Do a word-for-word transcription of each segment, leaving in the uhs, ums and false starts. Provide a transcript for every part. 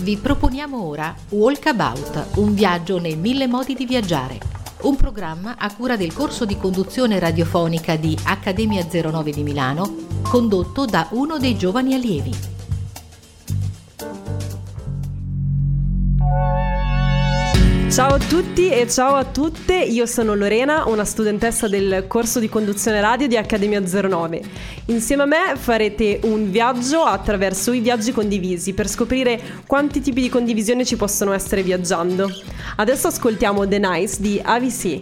Vi proponiamo ora Walkabout, un viaggio nei mille modi di viaggiare. Un programma a cura del corso di conduzione radiofonica di Accademia zero nove di Milano, condotto da uno dei giovani allievi. Ciao a tutti e ciao a tutte, io sono Lorena, una studentessa del corso di conduzione radio di Accademia zero nove. Insieme a me farete un viaggio attraverso i viaggi condivisi per scoprire quanti tipi di condivisione ci possono essere viaggiando. Adesso ascoltiamo The Nice di A V C.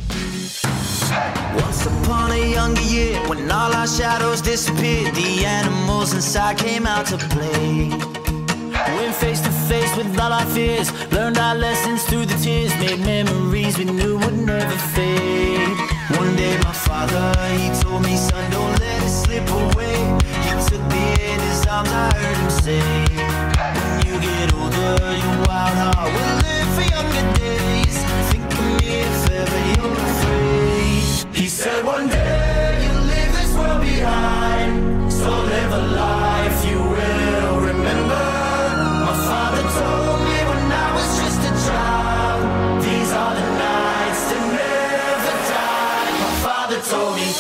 Once upon a younger year, when all our shadows disappeared, the animals inside came out to play. Went face to face with all our fears, learned our lessons through the tears, made memories we knew would never fade. One day my father, he told me, son, don't let it slip away. He took me in his arms, I heard him say, when you get older, your wild heart will live for younger days. Think of me if ever you're afraid. He said one day you'll leave this world behind, so live a life you will remember. Father told me when I was just a child, these are the nights that never die. My father told me.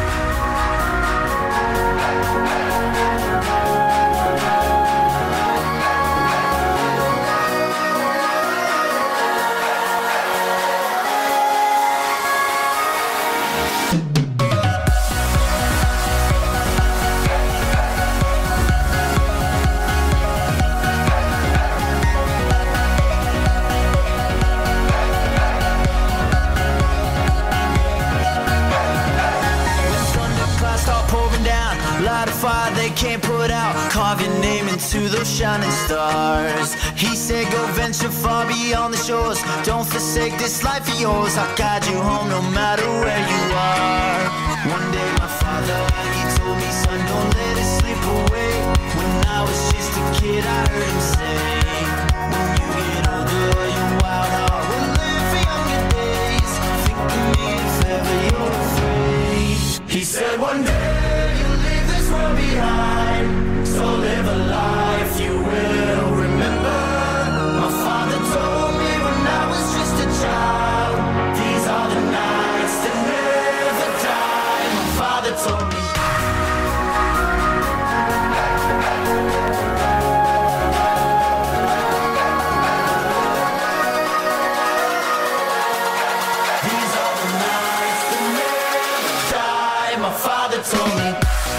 Fire they can't put out, carve your name into those shining stars. He said go venture far beyond the shores, don't forsake this life of yours. I'll guide you home no matter where you are. One day my father, he told me, son, don't let it slip away. When I was just a kid I heard him say, when you get older your wild heart will live for younger days. Think of me if ever you're afraid. He said one day behind, so live a life you will remember. My father told me when I was just a child, these are the nights that never die. My father told me. These are the nights that never die. My father told me.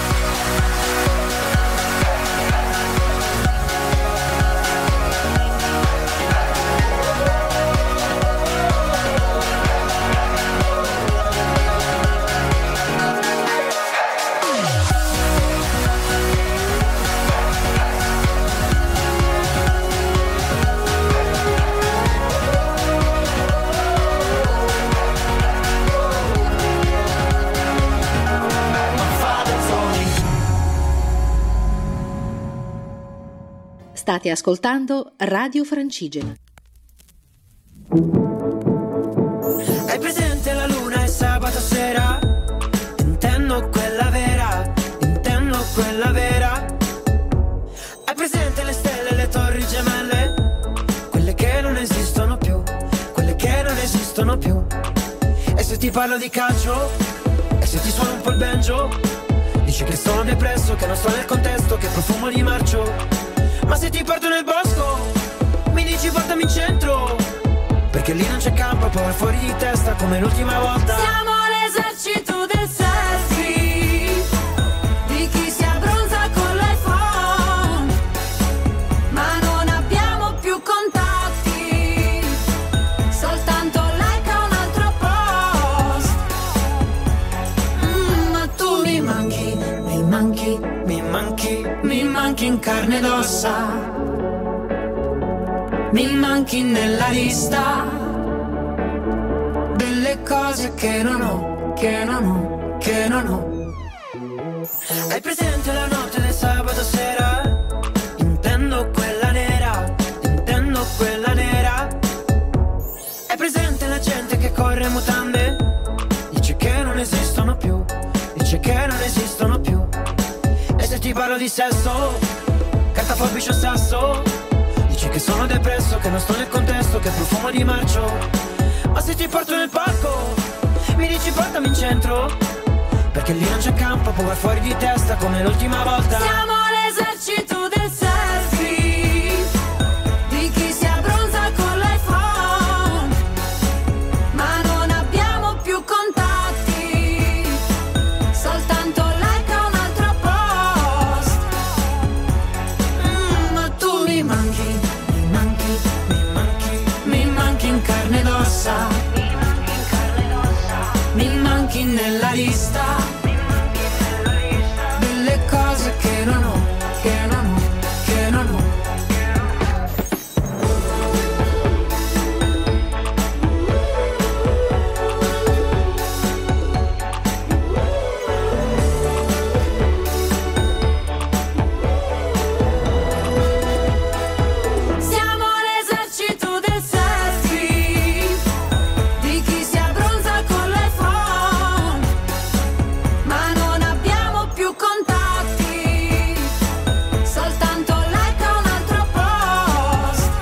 State ascoltando Radio Francigena. Hai presente la luna e sabato sera? Intendo quella vera, intendo quella vera. Hai presente le stelle e le torri gemelle? Quelle che non esistono più, quelle che non esistono più. E se ti parlo di calcio? E se ti suono un po' il banjo? Dici che sono depresso, che non sto nel contesto, che profumo di marcio. Ma se ti porto nel bosco, mi dici portami in centro, perché lì non c'è campo, poi vai fuori di testa come l'ultima volta. Siamo l'esercito del selfie, di chi si abbronza con l'iPhone, ma non abbiamo più contatti, soltanto like a un altro post. Mm, ma tu mi manchi, mi manchi, mi manchi, mi manchi in carne ed ossa, mi manchi nella lista delle cose che non ho, che non ho, che non ho. Hai presente la notte del sabato sera? Intendo quella nera, intendo quella nera. Hai presente la gente che corre in mutande? Dice che non esistono più, dice che non esistono più. E se ti parlo di sesso, carta, forbice o sasso, dici che sono depresso, che non sto nel contesto, che profumo di marcio. Ma se ti porto nel parco, mi dici portami in centro, perché lì non c'è campo, può vai fuori di testa come l'ultima volta. Siamo l'esercito del selfie, di chi si abbronza con l'iPhone, ma non abbiamo più contatti, soltanto like a un altro post. Mm, ma tu mi manchi, mi manchi, mi manchi, mi manchi in carne ed ossa, mi manchi nella lista delle cose che non ho, che non ho, che non ho. Siamo l'esercito del selfie, di chi si abbronza con l'iPhone, ma non abbiamo più contatti, soltanto like a un altro post.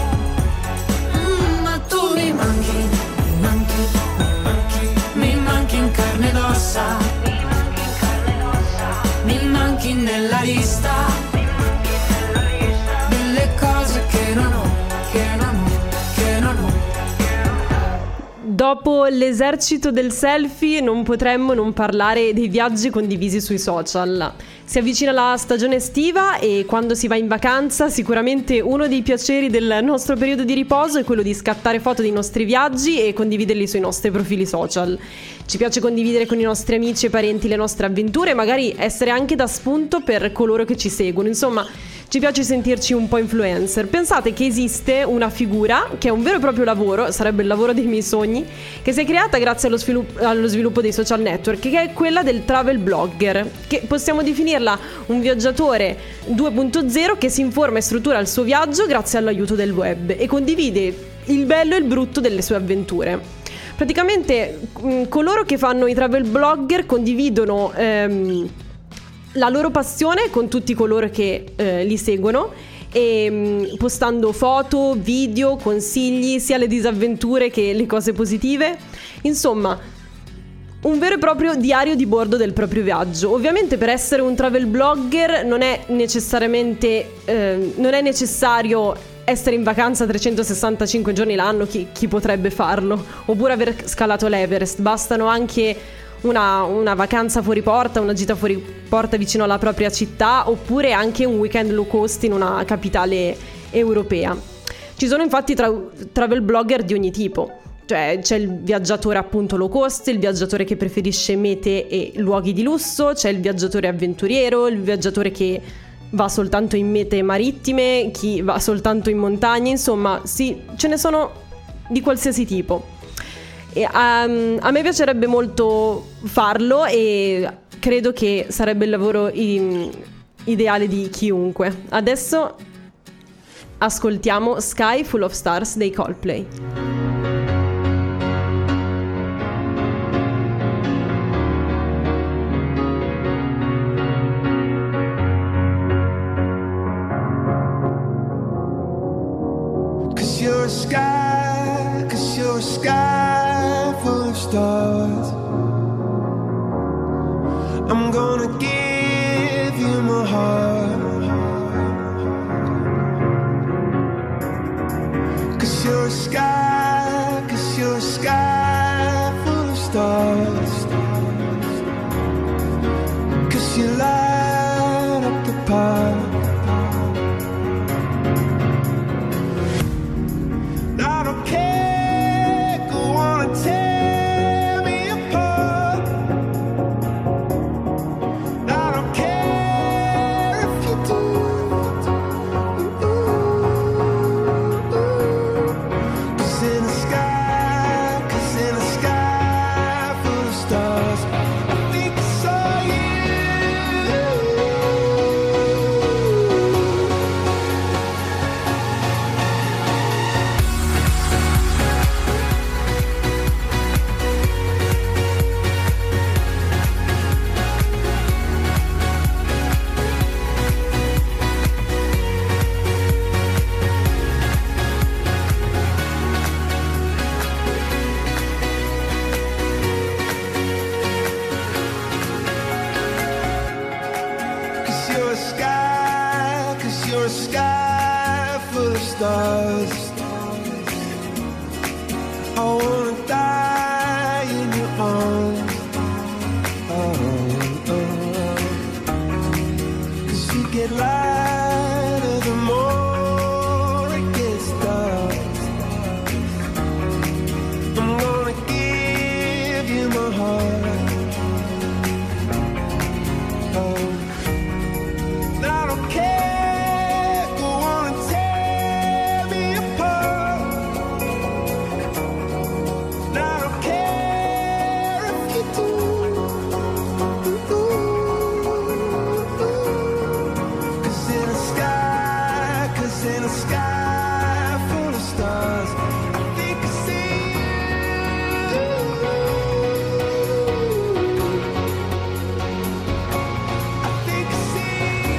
Mm, ma tu mi manchi, mi manchi, mi manchi, mi manchi in carne ed ossa, mi manchi nella lista delle cose che non ho, che non ho, che non ho. Dopo l'esercito del selfie non potremmo non parlare dei viaggi condivisi sui social. Si avvicina la stagione estiva e quando si va in vacanza sicuramente uno dei piaceri del nostro periodo di riposo è quello di scattare foto dei nostri viaggi e condividerli sui nostri profili social. Ci piace condividere con i nostri amici e parenti le nostre avventure e magari essere anche da spunto per coloro che ci seguono. Insomma, ci piace sentirci un po' influencer. Pensate che esiste una figura che è un vero e proprio lavoro, sarebbe il lavoro dei miei sogni, che si è creata grazie allo sviluppo, allo sviluppo dei social network, che è quella del travel blogger, che possiamo definirla un viaggiatore due punto zero che si informa e struttura il suo viaggio grazie all'aiuto del web e condivide il bello e il brutto delle sue avventure. Praticamente mh, coloro che fanno i travel blogger condividono ehm, la loro passione con tutti coloro che eh, li seguono e mh, postando foto, video, consigli, sia le disavventure che le cose positive. Insomma, un vero e proprio diario di bordo del proprio viaggio. Ovviamente per essere un travel blogger non è necessariamente eh, non è necessario essere in vacanza trecentosessantacinque giorni l'anno, chi, chi potrebbe farlo, oppure aver scalato l'Everest. Bastano anche una, una vacanza fuori porta, una gita fuori porta vicino alla propria città, oppure anche un weekend low cost in una capitale europea. Ci sono infatti tra, travel blogger di ogni tipo. Cioè c'è il viaggiatore appunto low cost, il viaggiatore che preferisce mete e luoghi di lusso, c'è il viaggiatore avventuriero, il viaggiatore che va soltanto in mete marittime, chi va soltanto in montagna, insomma sì, ce ne sono di qualsiasi tipo. E, um, a me piacerebbe molto farlo e credo che sarebbe il lavoro in, ideale di chiunque. Adesso ascoltiamo Sky Full of Stars dei Coldplay. You're a sky, cause you're a sky full of stars. I'm gonna give you my heart, cause you're a sky, cause you're a sky full of stars, cause you light up the park. In a the stars. I wanna die in your arms. Oh, oh. 'Cause you get lighter the more it gets dark. I'm gonna give you my heart. Oh, I don't care, go on and tear me apart. I don't care if you do. Cause in the sky, cause in the sky full of stars, I think I see you. I think I see you.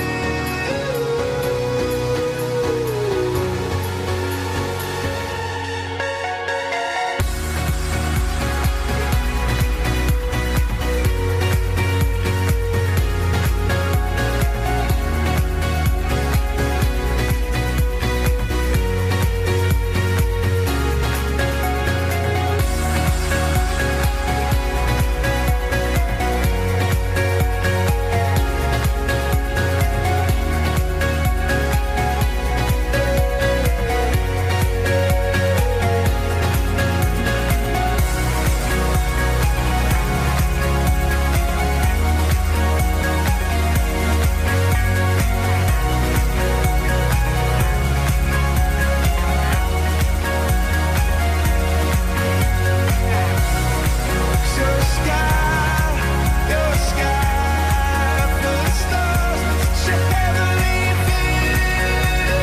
Your sky, your sky full of stars, such a heavenly view.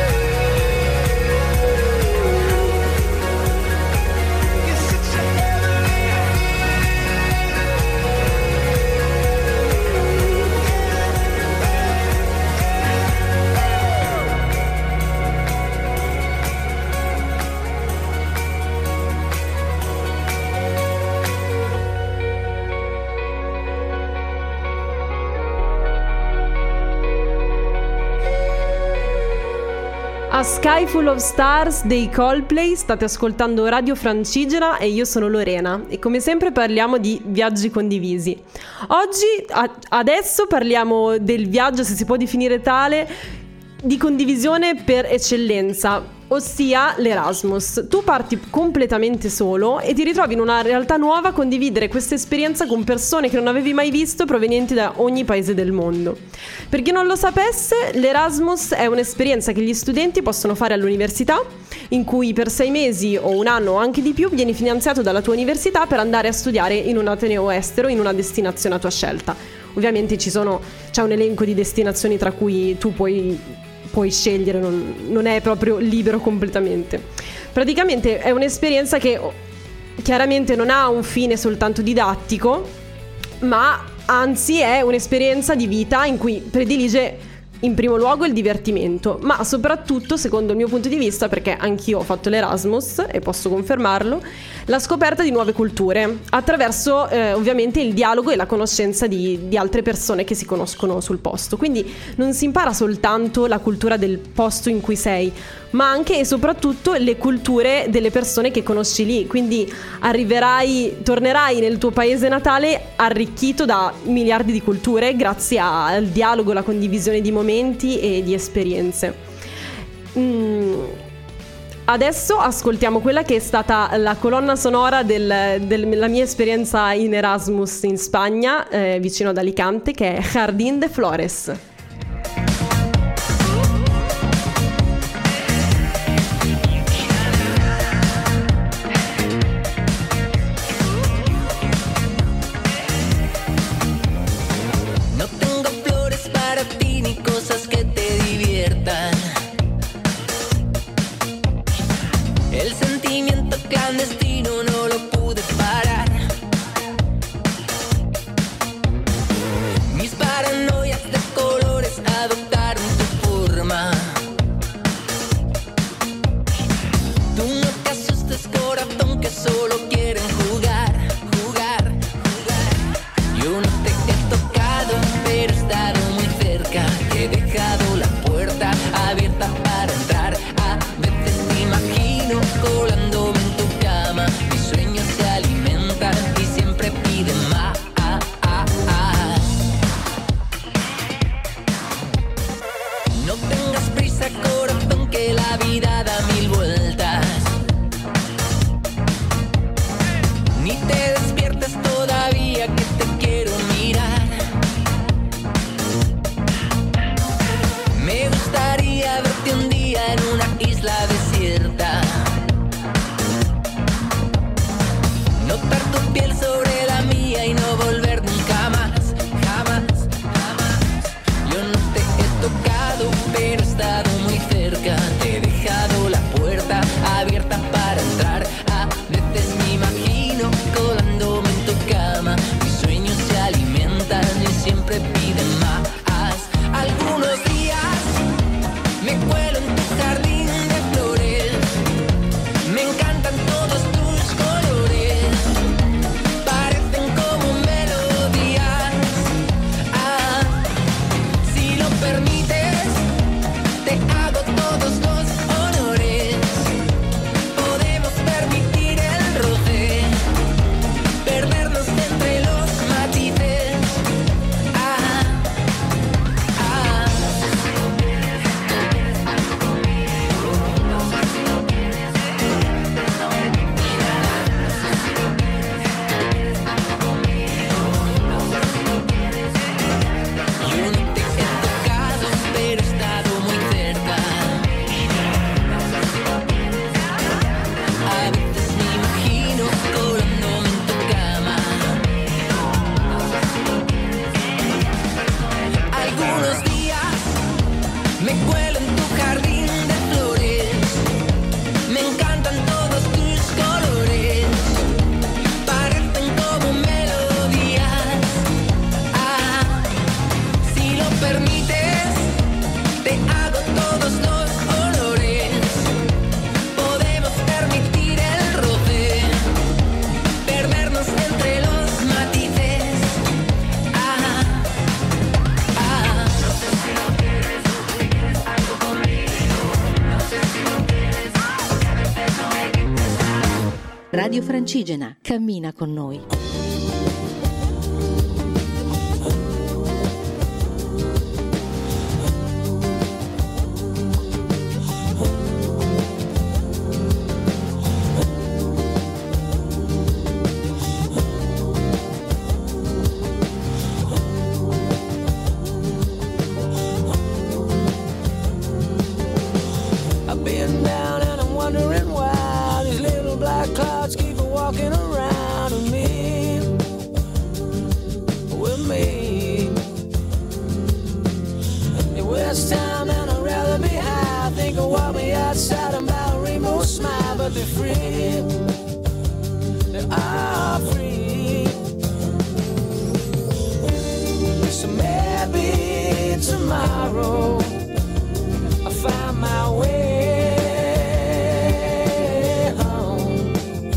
You're such a heavenly A Sky Full of Stars dei Coldplay, state ascoltando Radio Francigena e io sono Lorena e come sempre parliamo di viaggi condivisi. Oggi, a- adesso parliamo del viaggio, se si può definire tale, di condivisione per eccellenza, ossia l'Erasmus. Tu parti completamente solo e ti ritrovi in una realtà nuova a condividere questa esperienza con persone che non avevi mai visto provenienti da ogni paese del mondo. Per chi non lo sapesse, l'Erasmus è un'esperienza che gli studenti possono fare all'università, in cui per sei mesi o un anno o anche di più vieni finanziato dalla tua università per andare a studiare in un ateneo estero, in una destinazione a tua scelta. Ovviamente ci sono, c'è un elenco di destinazioni tra cui tu puoi puoi scegliere, non, non è proprio libero completamente. Praticamente è un'esperienza che oh, chiaramente non ha un fine soltanto didattico, ma anzi è un'esperienza di vita in cui predilige in primo luogo il divertimento, ma soprattutto, secondo il mio punto di vista, perché anch'io ho fatto l'Erasmus e posso confermarlo, la scoperta di nuove culture attraverso eh, ovviamente il dialogo e la conoscenza di, di altre persone che si conoscono sul posto. Quindi non si impara soltanto la cultura del posto in cui sei, ma anche e soprattutto le culture delle persone che conosci lì. Quindi arriverai, tornerai nel tuo paese natale arricchito da miliardi di culture grazie al dialogo, alla condivisione di momenti e di esperienze. Mm. Adesso ascoltiamo quella che è stata la colonna sonora del, della mia esperienza in Erasmus in Spagna, eh, vicino ad Alicante, che è Jardín de Flores. No tengo flores para ti ni cosas que te diviertan. El sentimiento clandestino no lo pude parar. Mis paranoias de colores adoptaron tu forma. Tú no te asustes, corazón, que solo quieren jugar, jugar, jugar. Yo no te he tocado, pero he estado muy cerca. He dejado la puerta abierta para entrar a la vida da mil vueltas. Ni te despiertes todavía que te quiero mirar. Me gustaría verte un día en una isla desierta. Notar tu piel sobre la mía y no volver nunca más, jamás, jamás. Yo no te he tocado, pero he estado muy cerca. Te he dejado la puerta abierta para entrar. A veces me imagino colándome en tu cama. Mis sueños se alimentan y siempre piden más. Algunos días me cuelo en tu jardín de flores. Me encantan todos tus colores. Parecen como melodías. Ah, si lo permites, te hago todos los honores. Podemos permitir el roce, perdernos entre los matices. Ah, ah. Yo no te he tocado, pero he estado muy cerca. A veces me imagino colándome en tu cama. Algunos días me cuelo en tu jardín de flores. Me encantan todos tus colores. Parecen como melodías. Ah, si lo permites, te hago todos los honores. Podemos permitir el roce, perdernos entre los matices. Ah, ah. No sé si lo quieres o si quieres algo conmigo. No sé si lo quieres, porque a veces no hay que pensar. Radio Francigena, cammina con noi. I've been down and I'm wondering why these little black clouds keep walking around with me, with me. It was time and I'd rather be high. Think of what we outside about rainbow smile, but they're free. They are free. So maybe tomorrow I'll find my way home.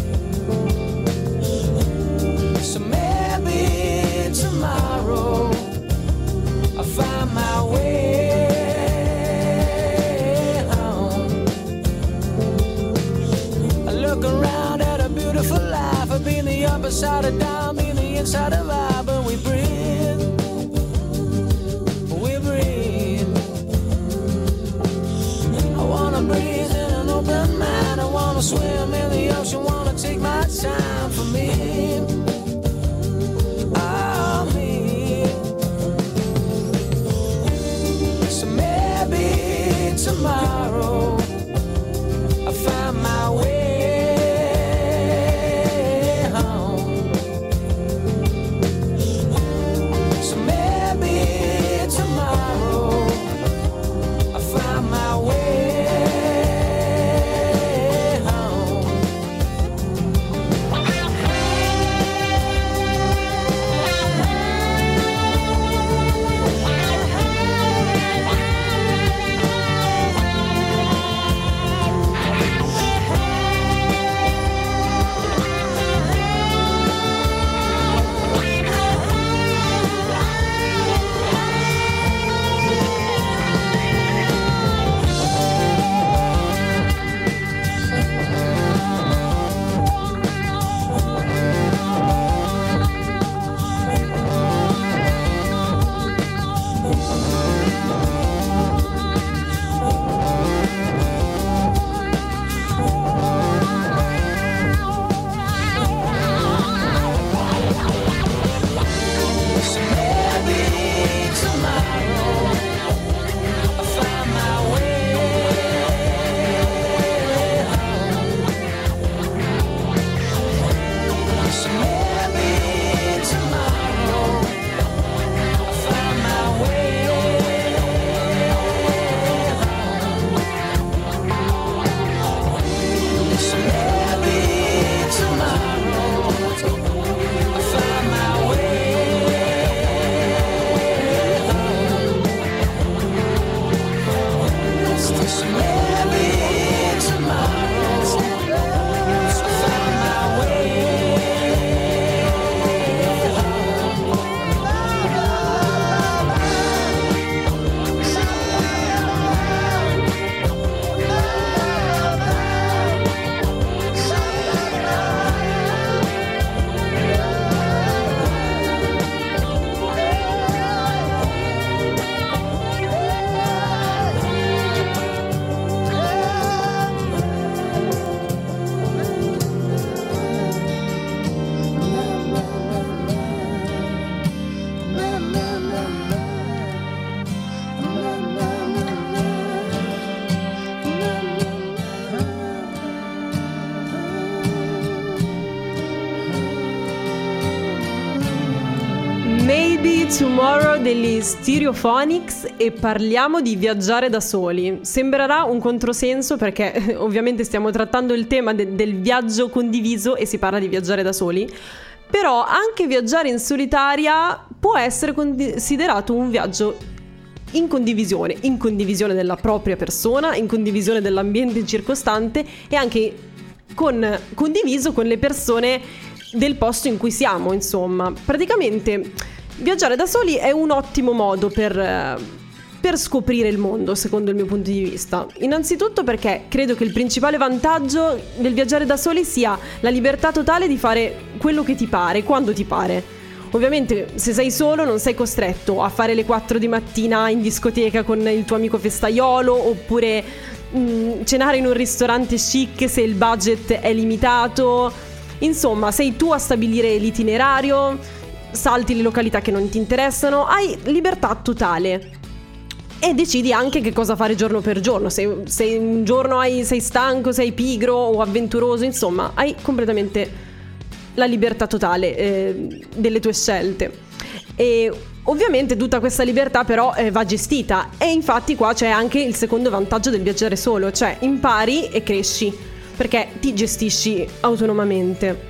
So maybe tomorrow I'll find my way home. I look around at a beautiful life. I've been the upside of down, been the inside of I, but we breathe. We breathe. I wanna breathe in an open mind. I wanna swim in the ocean, wanna take my time for me. Oh, me. So maybe tomorrow I'll find my way home. So maybe tomorrow I'll find my way home. Me Tomorrow degli Stereophonics e parliamo di viaggiare da soli. Sembrerà un controsenso perché ovviamente stiamo trattando il tema de- del viaggio condiviso e si parla di viaggiare da soli, però anche viaggiare in solitaria può essere considerato un viaggio in condivisione, in condivisione della propria persona, in condivisione dell'ambiente circostante e anche con, condiviso con le persone del posto in cui siamo, insomma. Praticamente viaggiare da soli è un ottimo modo per, per scoprire il mondo, secondo il mio punto di vista. Innanzitutto perché credo che il principale vantaggio del viaggiare da soli sia la libertà totale di fare quello che ti pare, quando ti pare. Ovviamente se sei solo non sei costretto a fare le quattro di mattina in discoteca con il tuo amico festaiolo, oppure mh, cenare in un ristorante chic se il budget è limitato. Insomma, sei tu a stabilire l'itinerario, salti le località che non ti interessano, hai libertà totale e decidi anche che cosa fare giorno per giorno. Se, se un giorno hai, sei stanco, sei pigro o avventuroso, insomma hai completamente la libertà totale eh, delle tue scelte. E ovviamente tutta questa libertà però eh, va gestita, e infatti qua c'è anche il secondo vantaggio del viaggiare solo, cioè impari e cresci perché ti gestisci autonomamente.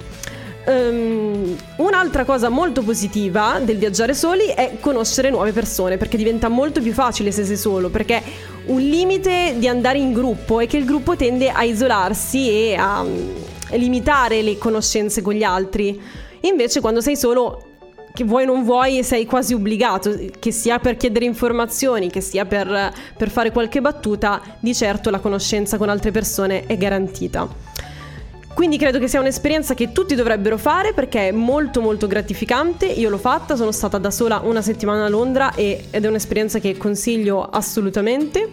Um, un'altra cosa molto positiva del viaggiare soli è conoscere nuove persone, perché diventa molto più facile se sei solo, perché un limite di andare in gruppo è che il gruppo tende a isolarsi e a um, limitare le conoscenze con gli altri. Invece quando sei solo, che vuoi o non vuoi, sei quasi obbligato, che sia per chiedere informazioni, che sia per, per fare qualche battuta, di certo la conoscenza con altre persone è garantita. Quindi credo che sia un'esperienza che tutti dovrebbero fare perché è molto molto gratificante. Io l'ho fatta, sono stata da sola una settimana a Londra e, ed è un'esperienza che consiglio assolutamente,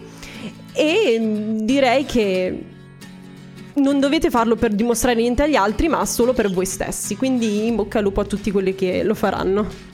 e direi che non dovete farlo per dimostrare niente agli altri, ma solo per voi stessi. Quindi in bocca al lupo a tutti quelli che lo faranno.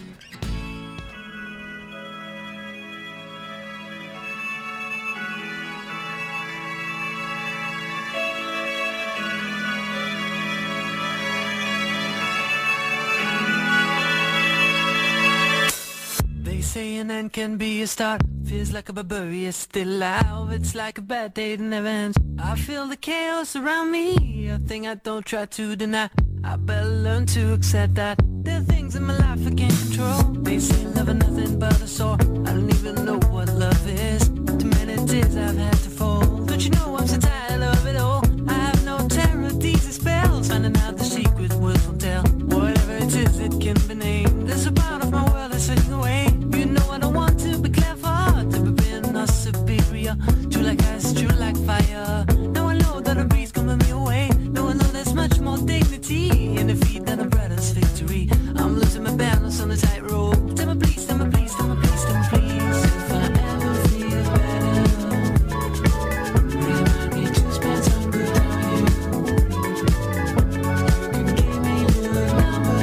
Say an end can be a start. Feels like a barbarian still alive. It's like a bad day that never ends. I feel the chaos around me, a thing I don't try to deny. I better learn to accept that there are things in my life I can't control. They say love is nothing but a sore. I don't even know what love is. Too many tears I've had to fall. Don't you know I'm so tired of it all? I have no terror of these spells. Finding out the secret words will tell. Whatever it is, it can be named. There's a part of my world that's fading away. You know I don't want to be clever, to be being not superior. True like ice, true like fire. Now I know that a breeze coming me away. Now I know there's much more dignity in defeat than a brother's victory. I'm losing my balance on the tightrope. Tell me please, tell me please, tell me please, tell me please. If I ever feel better, remind me to spend some good time. You can give me your number.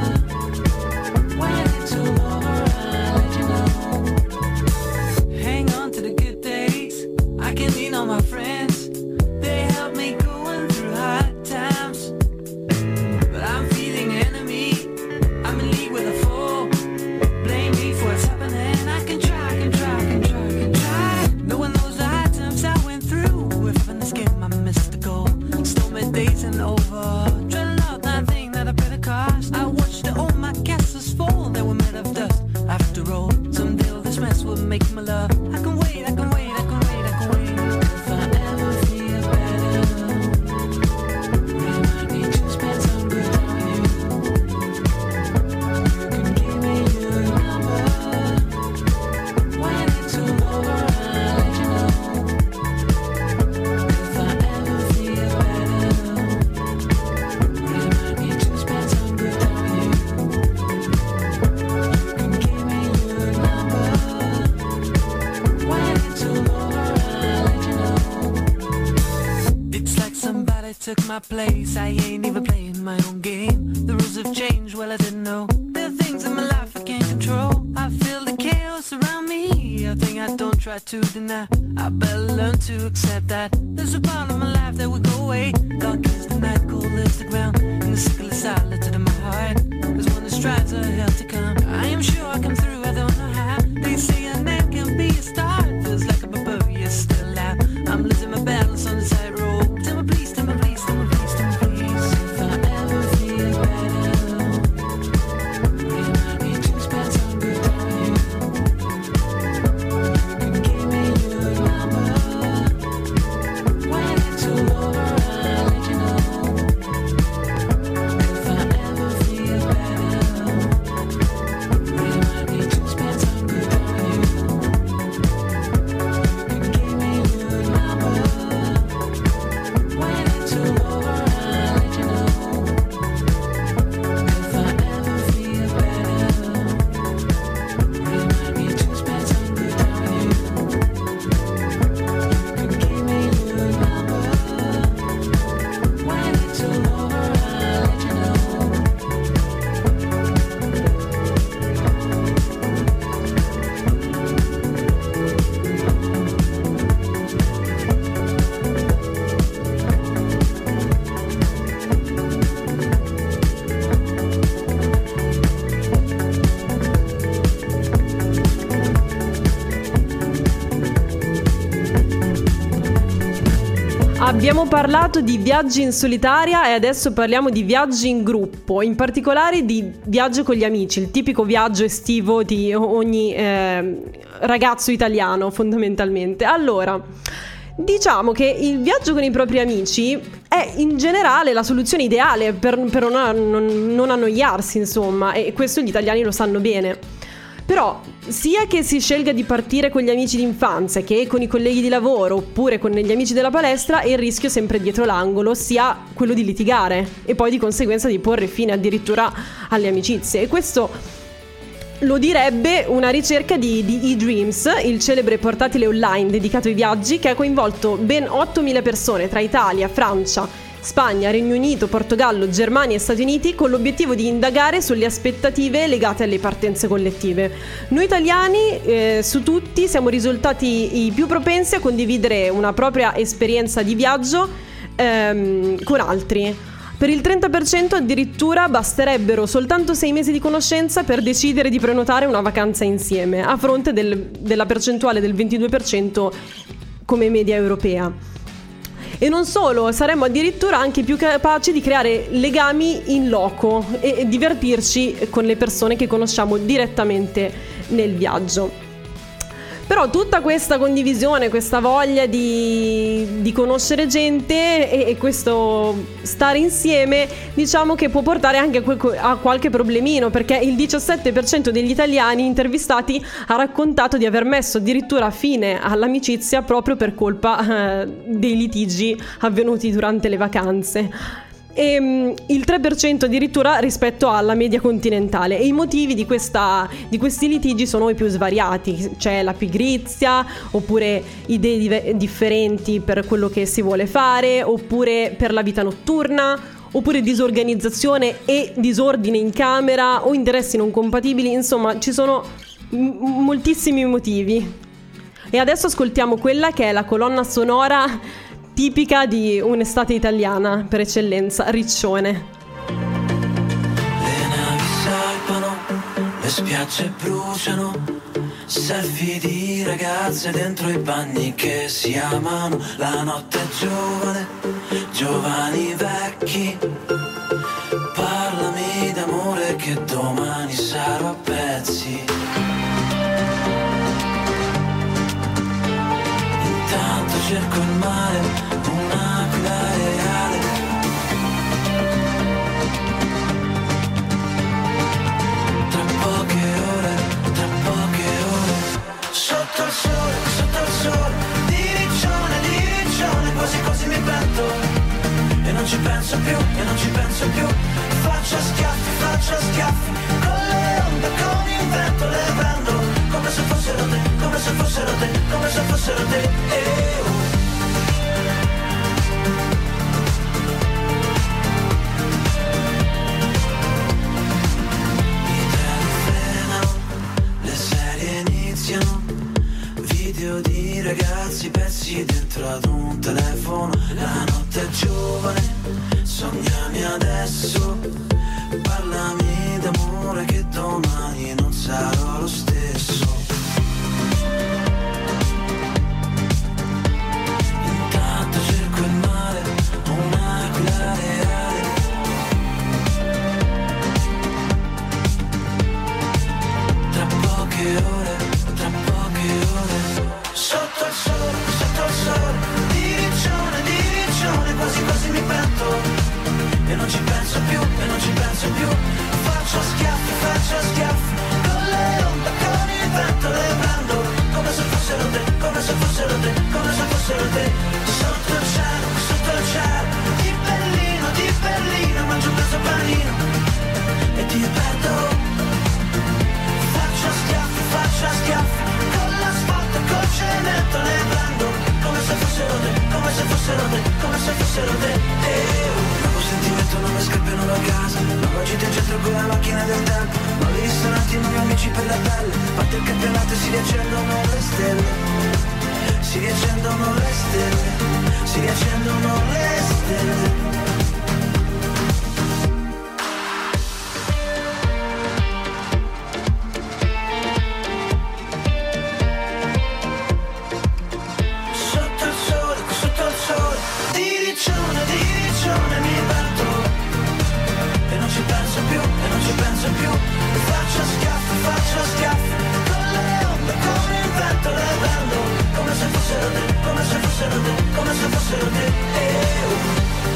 When it's all over, I'll let you know. Hang on to the good days. I can lean on my friends. They help me going through hard times. But I'm feeling enemy. I'm in league with a foe. Blame me for what's happening. I can try, can try, can try, can try. No one knows the hard times I went through. If in this game I missed the goal. Stormy days and over. Dreading out that thing that I paid the cost. I watched all my castles fall. They were made of dust. After all, someday all this mess will make my love. I can wait, I can wait, I can wait, I can wait. If I ever feel better, remind me to spend some good time. You can give me your number. When it's all over, I'll let you know. If I ever feel better, remind me to spend some good time. You can give me your number. When it's all over, I'll let you know. It's like somebody took my place. I ain't even playing my own game. The rules have changed, well I didn't know. There are things in my life I can't control. I feel the chaos around me, a thing I don't try to deny. I better learn to accept that there's a part of my life that will go away. Dark is the night, cold is the ground, and the sickle is silent in my heart. There's one that strives a hell to come. I am sure I come through. Abbiamo parlato di viaggi in solitaria e adesso parliamo di viaggi in gruppo, in particolare di viaggio con gli amici, il tipico viaggio estivo di ogni eh, ragazzo italiano fondamentalmente. Allora, diciamo che il viaggio con i propri amici è in generale la soluzione ideale per, per non, non, non annoiarsi, insomma, e questo gli italiani lo sanno bene. Però, sia che si scelga di partire con gli amici d'infanzia che con i colleghi di lavoro oppure con gli amici della palestra, il rischio è sempre dietro l'angolo, ossia quello di litigare e poi di conseguenza di porre fine addirittura alle amicizie. E questo lo direbbe una ricerca di, di eDreams, il celebre portatile online dedicato ai viaggi, che ha coinvolto ben ottomila persone tra Italia, Francia, Spagna, Regno Unito, Portogallo, Germania e Stati Uniti, con l'obiettivo di indagare sulle aspettative legate alle partenze collettive. Noi italiani, eh, su tutti, siamo risultati i più propensi a condividere una propria esperienza di viaggio ehm, con altri. Per il trenta per cento addirittura basterebbero soltanto sei mesi di conoscenza per decidere di prenotare una vacanza insieme, a fronte del, della percentuale del ventidue per cento come media europea. E non solo, saremmo addirittura anche più capaci di creare legami in loco e, e divertirci con le persone che conosciamo direttamente nel viaggio. Però tutta questa condivisione, questa voglia di, di conoscere gente e, e questo stare insieme, diciamo che può portare anche a qualche problemino, perché il diciassette per cento degli italiani intervistati ha raccontato di aver messo addirittura fine all'amicizia proprio per colpa eh, dei litigi avvenuti durante le vacanze. E um, il tre per cento addirittura rispetto alla media continentale. E i motivi di, questa, di questi litigi sono i più svariati. C'è la pigrizia, oppure idee div- differenti per quello che si vuole fare, oppure per la vita notturna, oppure disorganizzazione e disordine in camera, o interessi non compatibili. Insomma, ci sono m- moltissimi motivi. E adesso ascoltiamo quella che è la colonna sonora tipica di un'estate italiana per eccellenza, Riccione. Le navi salpano, le spiagge bruciano, selfie di ragazze dentro i bagni che si amano. La notte è giovane, giovani vecchi, parlami d'amore che domani sarò a pezzi. Intanto cerco il mare, un'aquila reale. Tra poche ore, tra poche ore, sotto il sole, sotto il sole, di riccione, di riccione, quasi quasi mi pento. E non ci penso più, e non ci penso più. Faccio schiaffi, faccio schiaffi, con le onde, con il vento le prendo, come se fossero te, come se fossero te, come se fossero te. Eh, oh. Video di ragazzi pezzi dentro ad un telefono. La notte è giovane, sognami adesso, parlami d'amore che domani non sarò lo stesso. Intanto cerco il mare, un'aquila reale. Tra poche ore, tra poche ore, sotto il sole, sotto il sole, di riccione, di riccione, quasi quasi mi pento. E non ci penso più, e non ci penso più. Faccio schiaffi, faccio schiaffi, con le onde, con il vento le prendo, come se fossero te, come se fossero te, come se fossero te. Sotto il cielo, sotto il cielo, di Berlino, di Berlino, mangio un pezzo panino e ti perdo. Faccio schiaffi, faccio schiaffi, con l'asfalto, col cemento le prendo, come se fossero te, come se fossero te, come se fossero te. Eh, oh. Nuovo sentimento, nuove scarpe, nuova casa, nuova gita in centro con la macchina del tempo, nuovi ristoranti, nuovi amici per la pelle. Parte il campionato e si riaccendono le stelle, si riaccendono le stelle, si riaccendono le stelle. Sotto il sole, sotto il sole, di fossero te, eh, oh.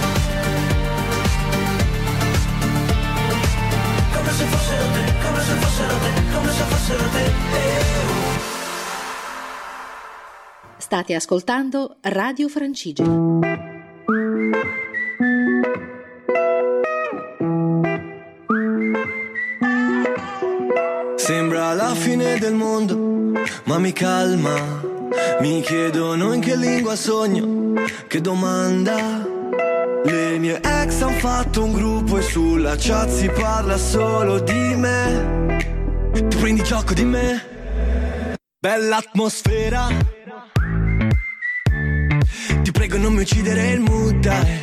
Come se fossero te, come se fossero te, come se fossero te, eh, oh. State ascoltando Radio Francigena. Sembra la fine del mondo, ma mi calma. Mi chiedono in che lingua sogno, che domanda. Le mie ex han fatto un gruppo e sulla chat si parla solo di me. Tu prendi gioco di me? Bella atmosfera. Ti prego non mi uccidere il mood, dai.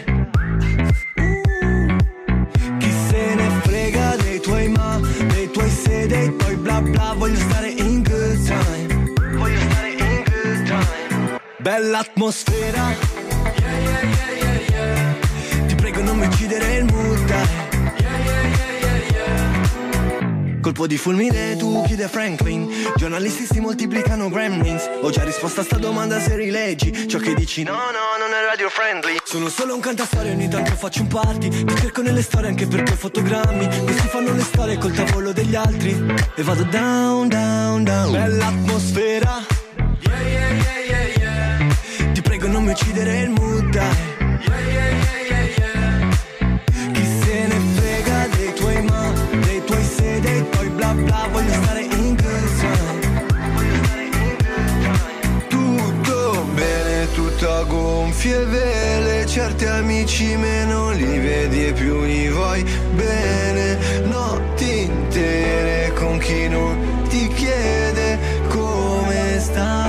Chi se ne frega dei tuoi ma, dei tuoi se, dei tuoi bla bla. Voglio stare in good time. Voglio stare in good time. Bella atmosfera. Yeah, yeah, yeah, yeah, yeah. Ti prego non mi uccidere il mood, dai. Yeah, yeah, yeah, yeah, yeah. Colpo di fulmine, tu chiudi a Franklin. Giornalisti si moltiplicano gremlins. Ho già risposto a sta domanda se rileggi ciò che dici, no, no, non è radio friendly. Sono solo un cantastorie, ogni tanto faccio un party. Ti cerco nelle storie anche perché ho fotogrammi. Questi fanno le storie col tavolo degli altri. E vado down, down, down. Bella atmosfera. Yeah, yeah, yeah, yeah, yeah. Ti prego non mi uccidere il mood, dai. Yeah, yeah, yeah, yeah, yeah. Chi se ne frega dei tuoi ma, dei tuoi se, dei tuoi bla bla. Voglio stare in good time. Voglio stare in good time. Tutto bene, tutto a gonfie vele. Certi amici meno li vedi e più li vuoi bene. Notti intere con chi non ti chiede come stai.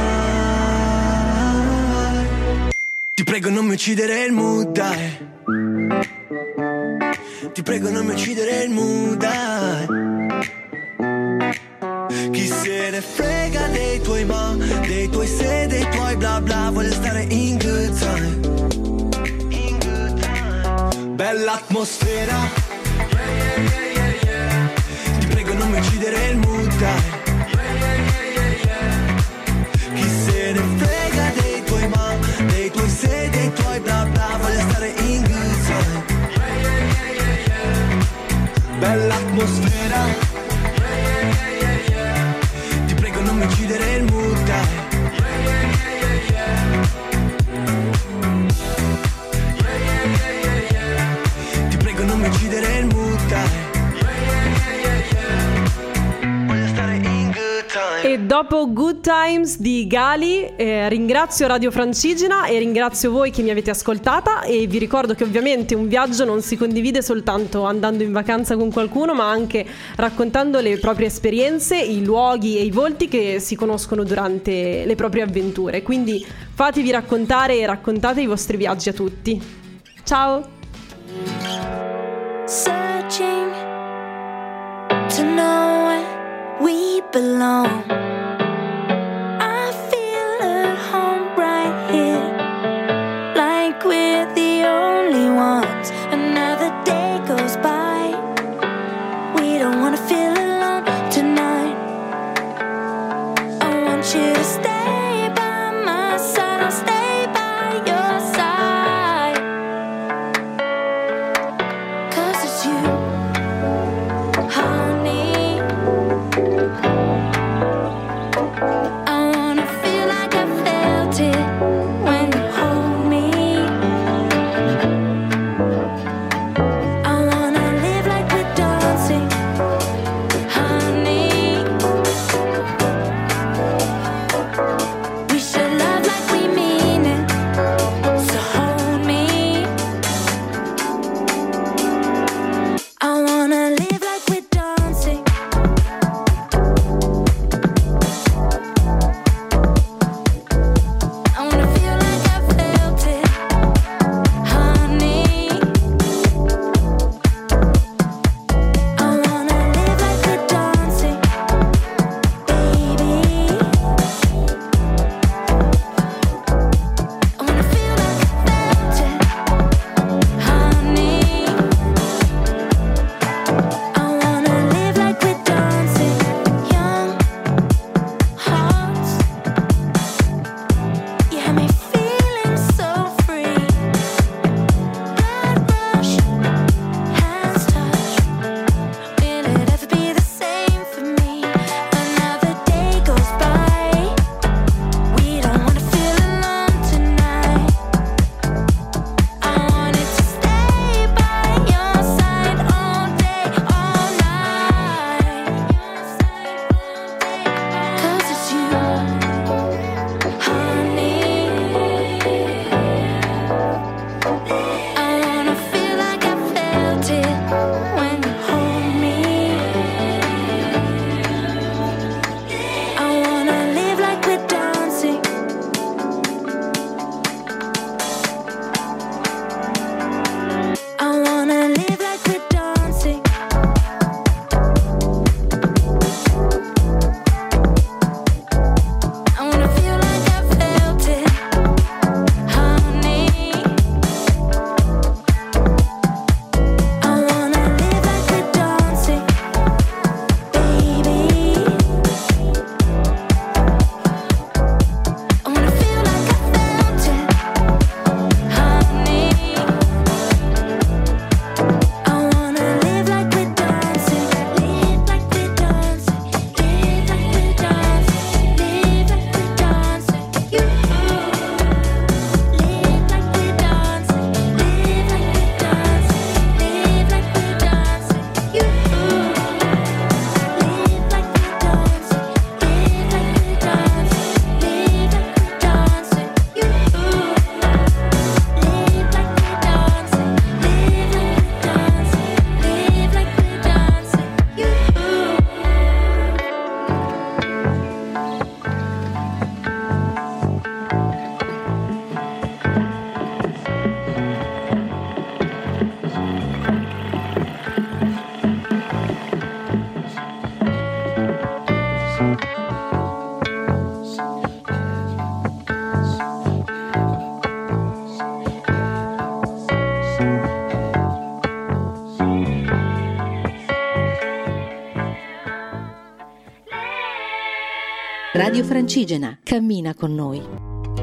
Ti prego non mi uccidere il mood, dai. Ti prego non mi uccidere il mood, dai. Chi se ne frega dei tuoi ma, dei tuoi se, dei tuoi bla bla. Voglio stare in good time. In good time. Bella atmosfera. Yeah, yeah, yeah, yeah, yeah. Ti prego non mi uccidere il mood, dai. Yeah, yeah, yeah, yeah, yeah. Chi se ne frega dei tuoi ma, dei tuoi se, dei tuoi bla bla. Voglio stare in good time. Yeah, yeah, yeah, yeah, yeah. Bella atmosfera. Yeah, yeah, yeah, yeah, yeah. Ti prego non mi uccidere il mood, dai. Yeah, yeah, yeah, yeah, yeah. Yeah, yeah, yeah, yeah, yeah. Ti prego non mi uccidere il mood, dai. Yeah, yeah, yeah, yeah, yeah. Voglio stare in good time. E dopo Good Times di Gali eh, ringrazio Radio Francigena e ringrazio voi che mi avete ascoltata, e vi ricordo che ovviamente un viaggio non si condivide soltanto andando in vacanza con qualcuno, ma anche raccontando le proprie esperienze, i luoghi e i volti che si conoscono durante le proprie avventure. Quindi fatevi raccontare e raccontate i vostri viaggi a tutti. Ciao! Searching to know where we belong. I feel at home right here, like we're the only ones. Another day goes by, we don't wanna feel alone tonight. I want you to stay by my side, I'll stay by your side. 'Cause it's you, honey. I wanna feel like I felt it when you hold me. Radio Francigena, cammina con noi.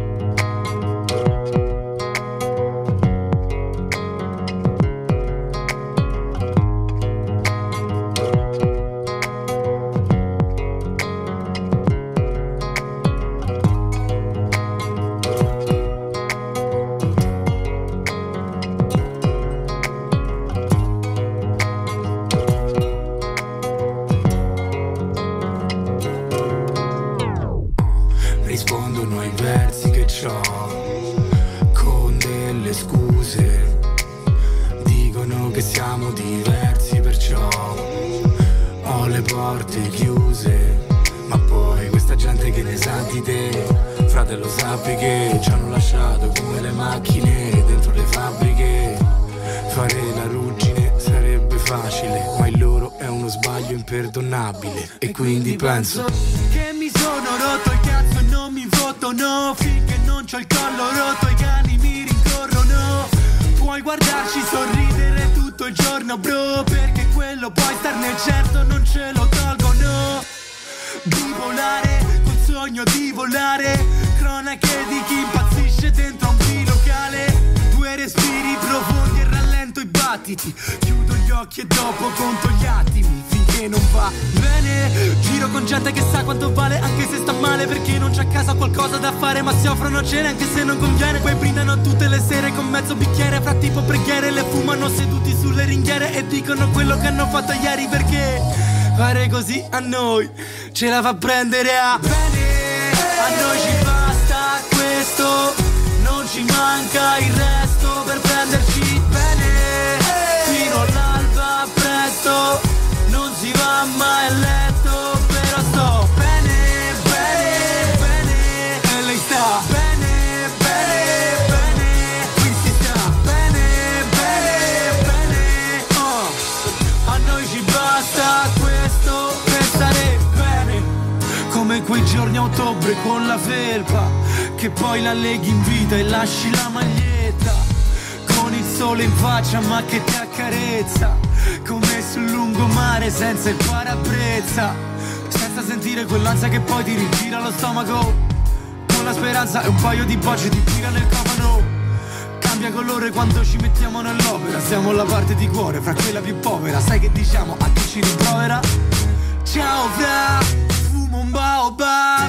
Rispondono ai versi che c'ho con delle scuse, dicono che siamo diversi, perciò ho le porte chiuse. Ma poi questa gente che ne sa di te, fratello, sappi che ci hanno lasciato come le macchine dentro le fabbriche. Fare la ruggine sarebbe facile, ma il loro è uno sbaglio imperdonabile. E quindi penso che mi sono rotto il cazzo e non mi fottono, finché non c'ho il collo rotto i cani mi rincorrono. Puoi guardarci sorridere tutto il giorno, bro, perché quello puoi starne certo, non ce lo tolgono. Bipolare, col sogno di volare, cronache di chi impazzisce dentro un bilocale. Due respiri profondi e rallento i battiti, chiudo gli occhi e dopo conto gli attimi finché non va bene. Giro con gente che sa quanto vale anche se sta male, perché non c'è a casa qualcosa da fare ma si offrono cene anche se non conviene. Poi brindano tutte le sere con mezzo bicchiere, fra tipo preghiere le fumano seduti sulle ringhiere e dicono quello che hanno fatto ieri, perché fare così a noi ce la fa prendere a bene. A noi ci basta questo, non ci manca il resto per prenderci bene. Fino all'alba presto, non si va mai a letto, però sto bene, bene, bene. E lei sta bene, bene, bene. Qui si sta bene, bene, bene. Oh. A noi ci basta questo per stare bene. Come quei giorni a ottobre con la felpa, che poi la leghi in vita e lasci la maglietta, con il sole in faccia ma che ti accarezza, come sul lungomare senza il parabrezza, senza sentire quell'ansia che poi ti rigira lo stomaco, con la speranza e un paio di bocce di birra nel cofano. Cambia colore quando ci mettiamo nell'opera, siamo la parte di cuore fra quella più povera. Sai che diciamo a chi ci rimprovera? Ciao fra, fumo un baobab,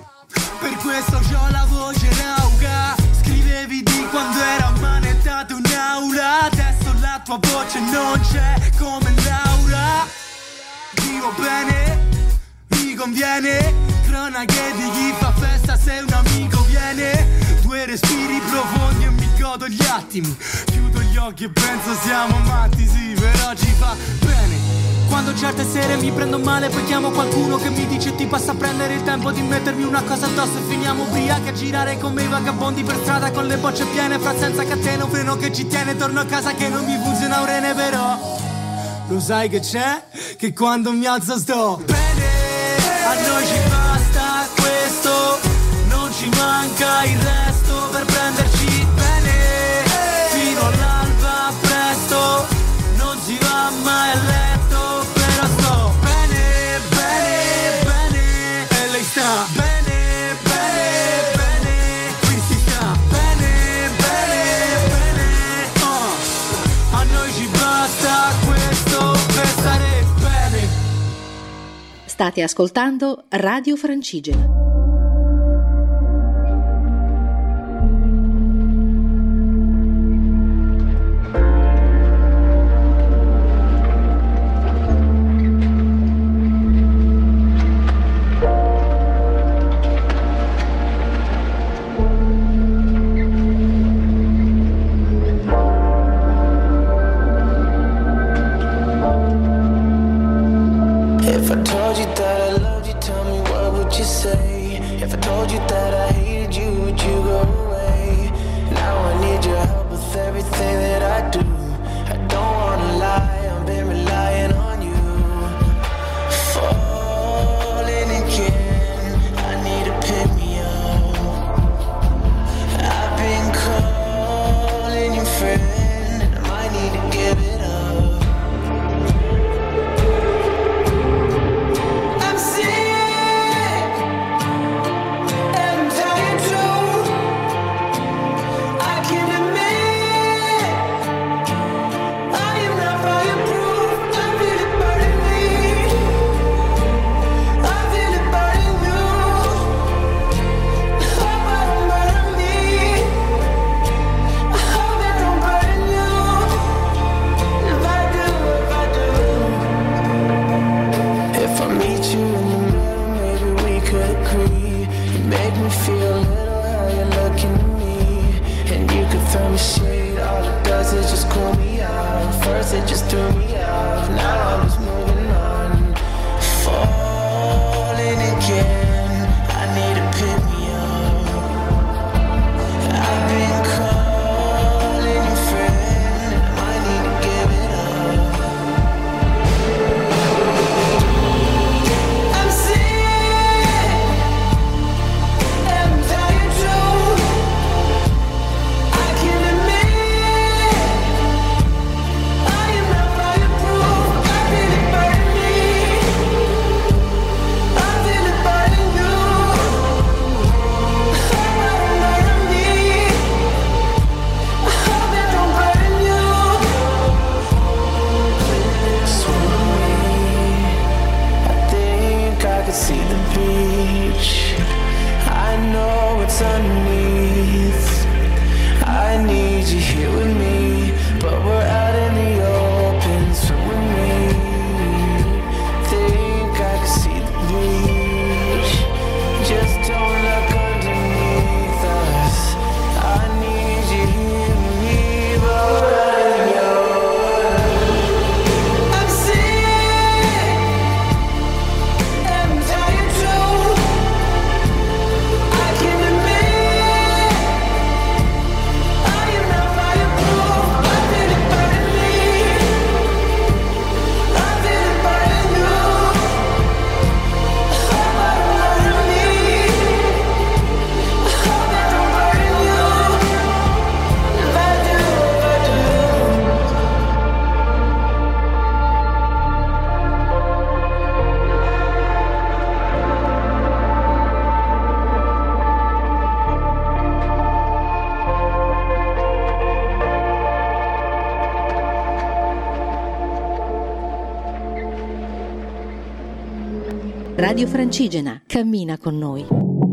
per questo c'ho la voce rauca. Scrivevi di quando era manettato in aula, adesso la tua voce non c'è come Laura. Vivo bene, mi conviene, cronache di chi fa festa se un amico viene. Due respiri profondi e mi godo gli attimi, chiudo gli occhi e penso siamo matti, sì, però ci fa bene. Quando certe sere mi prendo male poi chiamo qualcuno che mi dice ti basta prendere il tempo di mettermi una cosa addosso e finiamo ubriachi a girare come i vagabondi per strada con le bocce piene, fra senza catena un freno che ci tiene. Torno a casa che non mi funziona un rene, però lo sai che c'è? Che quando mi alzo sto bene. A noi ci basta questo, non ci manca il resto per prenderci bene. Fino all'alba presto, non si va mai a letto, però sto bene, bene, bene. E lei sta bene, bene, bene. Qui si sta bene, bene, bene. Oh. A noi ci basta questo per stare bene. State ascoltando Radio Francigena. If I told you that I loved you, tell me what would you say? If I told you that I hated you, would you go away? Now I need your help with everything that I do. I don't wanna lie, I've been relying on you. Falling again, I need to pick me up. I've been calling your friend, and I might need to give it up. I'm sick first it just threw me off. Now I'm just moving on, falling again. I need to pick me up. I've been calling your friend, I might need to give it up. I'm sick, I'm tired too. I can't admit I am not fireproof. I feel it burning me, I feel it burning you. I hope it don't burn me, I hope it don't burn you. Swim me, I think I could see the beach. I know it's underneath. I need you here with me, but we're out in the open. Swim with me, think I can see the beach. Just don't look underneath us. I need you here with me, but we're out in the open. I'm sick, I'm tired too. I can't admit I am not fireproof. I feel it burning me, I feel it burning you. I hope I don't burn me, I hope I don't burn you. If I do, if I do. Radio Francigena, cammina con noi.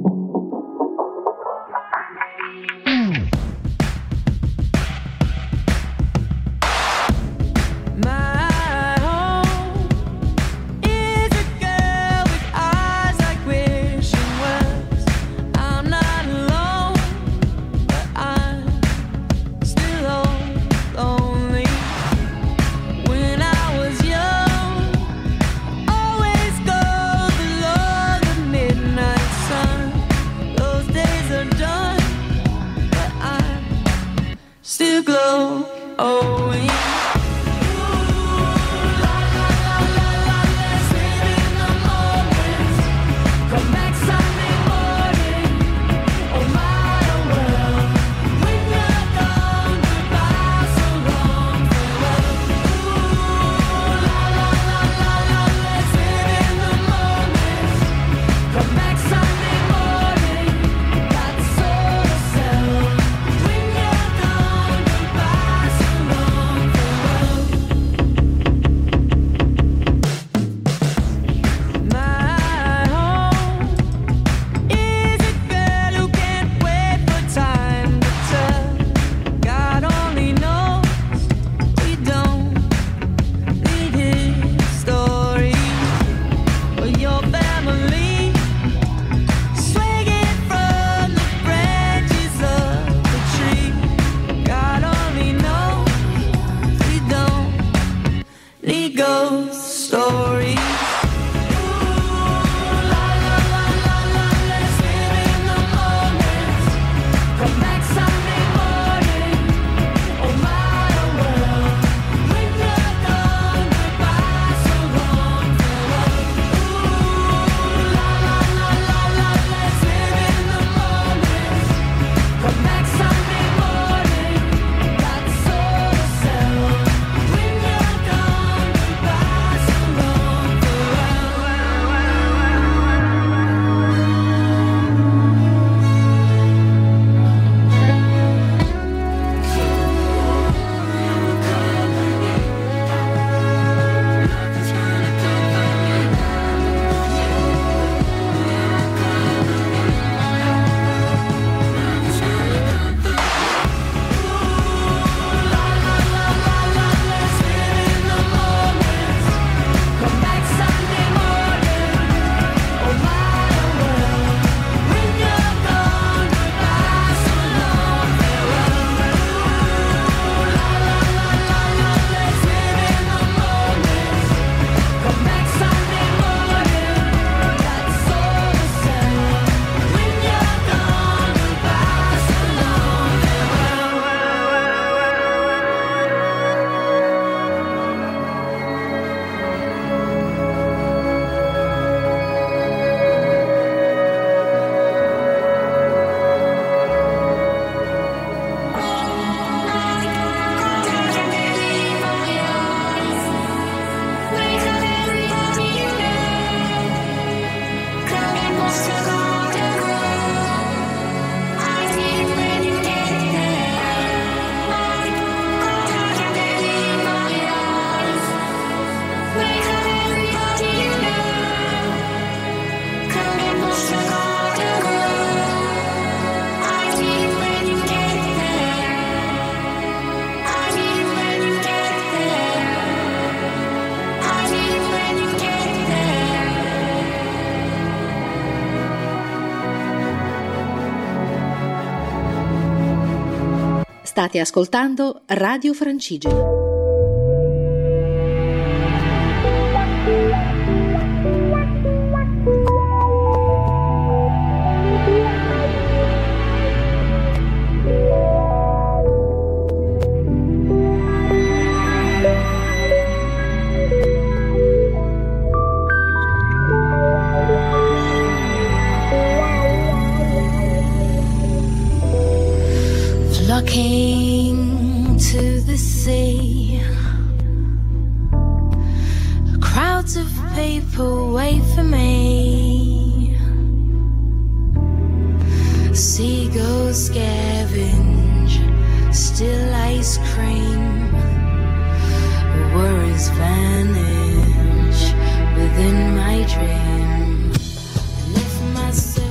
My home is a girl with eyes like wishing wells. I'm not alone, but I'm still all lonely. When I was young, always go below the midnight sun. Those days are done, but I'm still glowing. Come back Sunday morning, oh my, oh well. When you're gone, goodbye, so long, farewell. Ooh, la la la la la, let's live in the moment. Come back Sunday morning, got soul to sell. When you're gone, goodbye, so long, farewell. State ascoltando Radio Francigena. Flocking to the sea, crowds of people wait for me. Seagulls scavenge still ice cream, worries vanish within my dream. I left my soul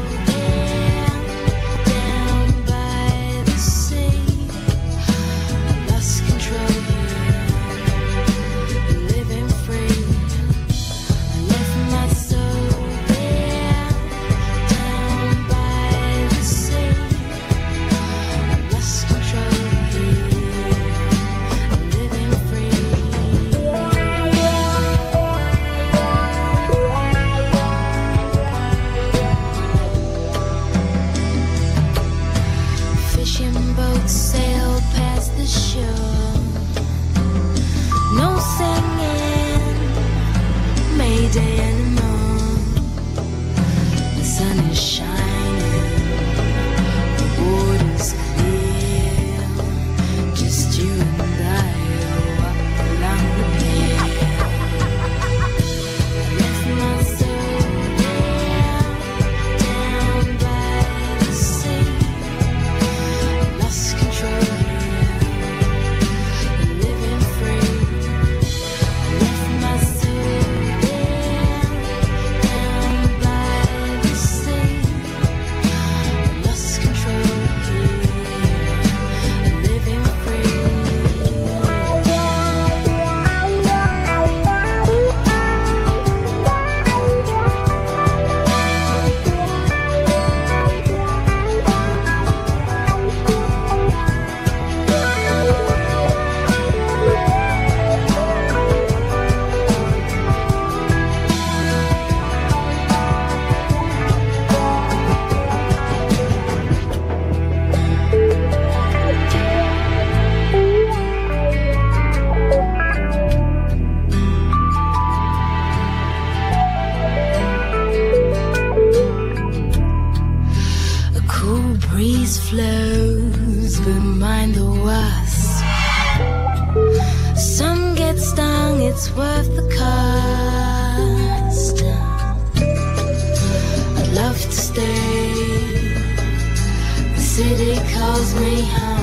flows, but mind the wasp. Some get stung, it's worth the cost. I'd love to stay, the city calls me home.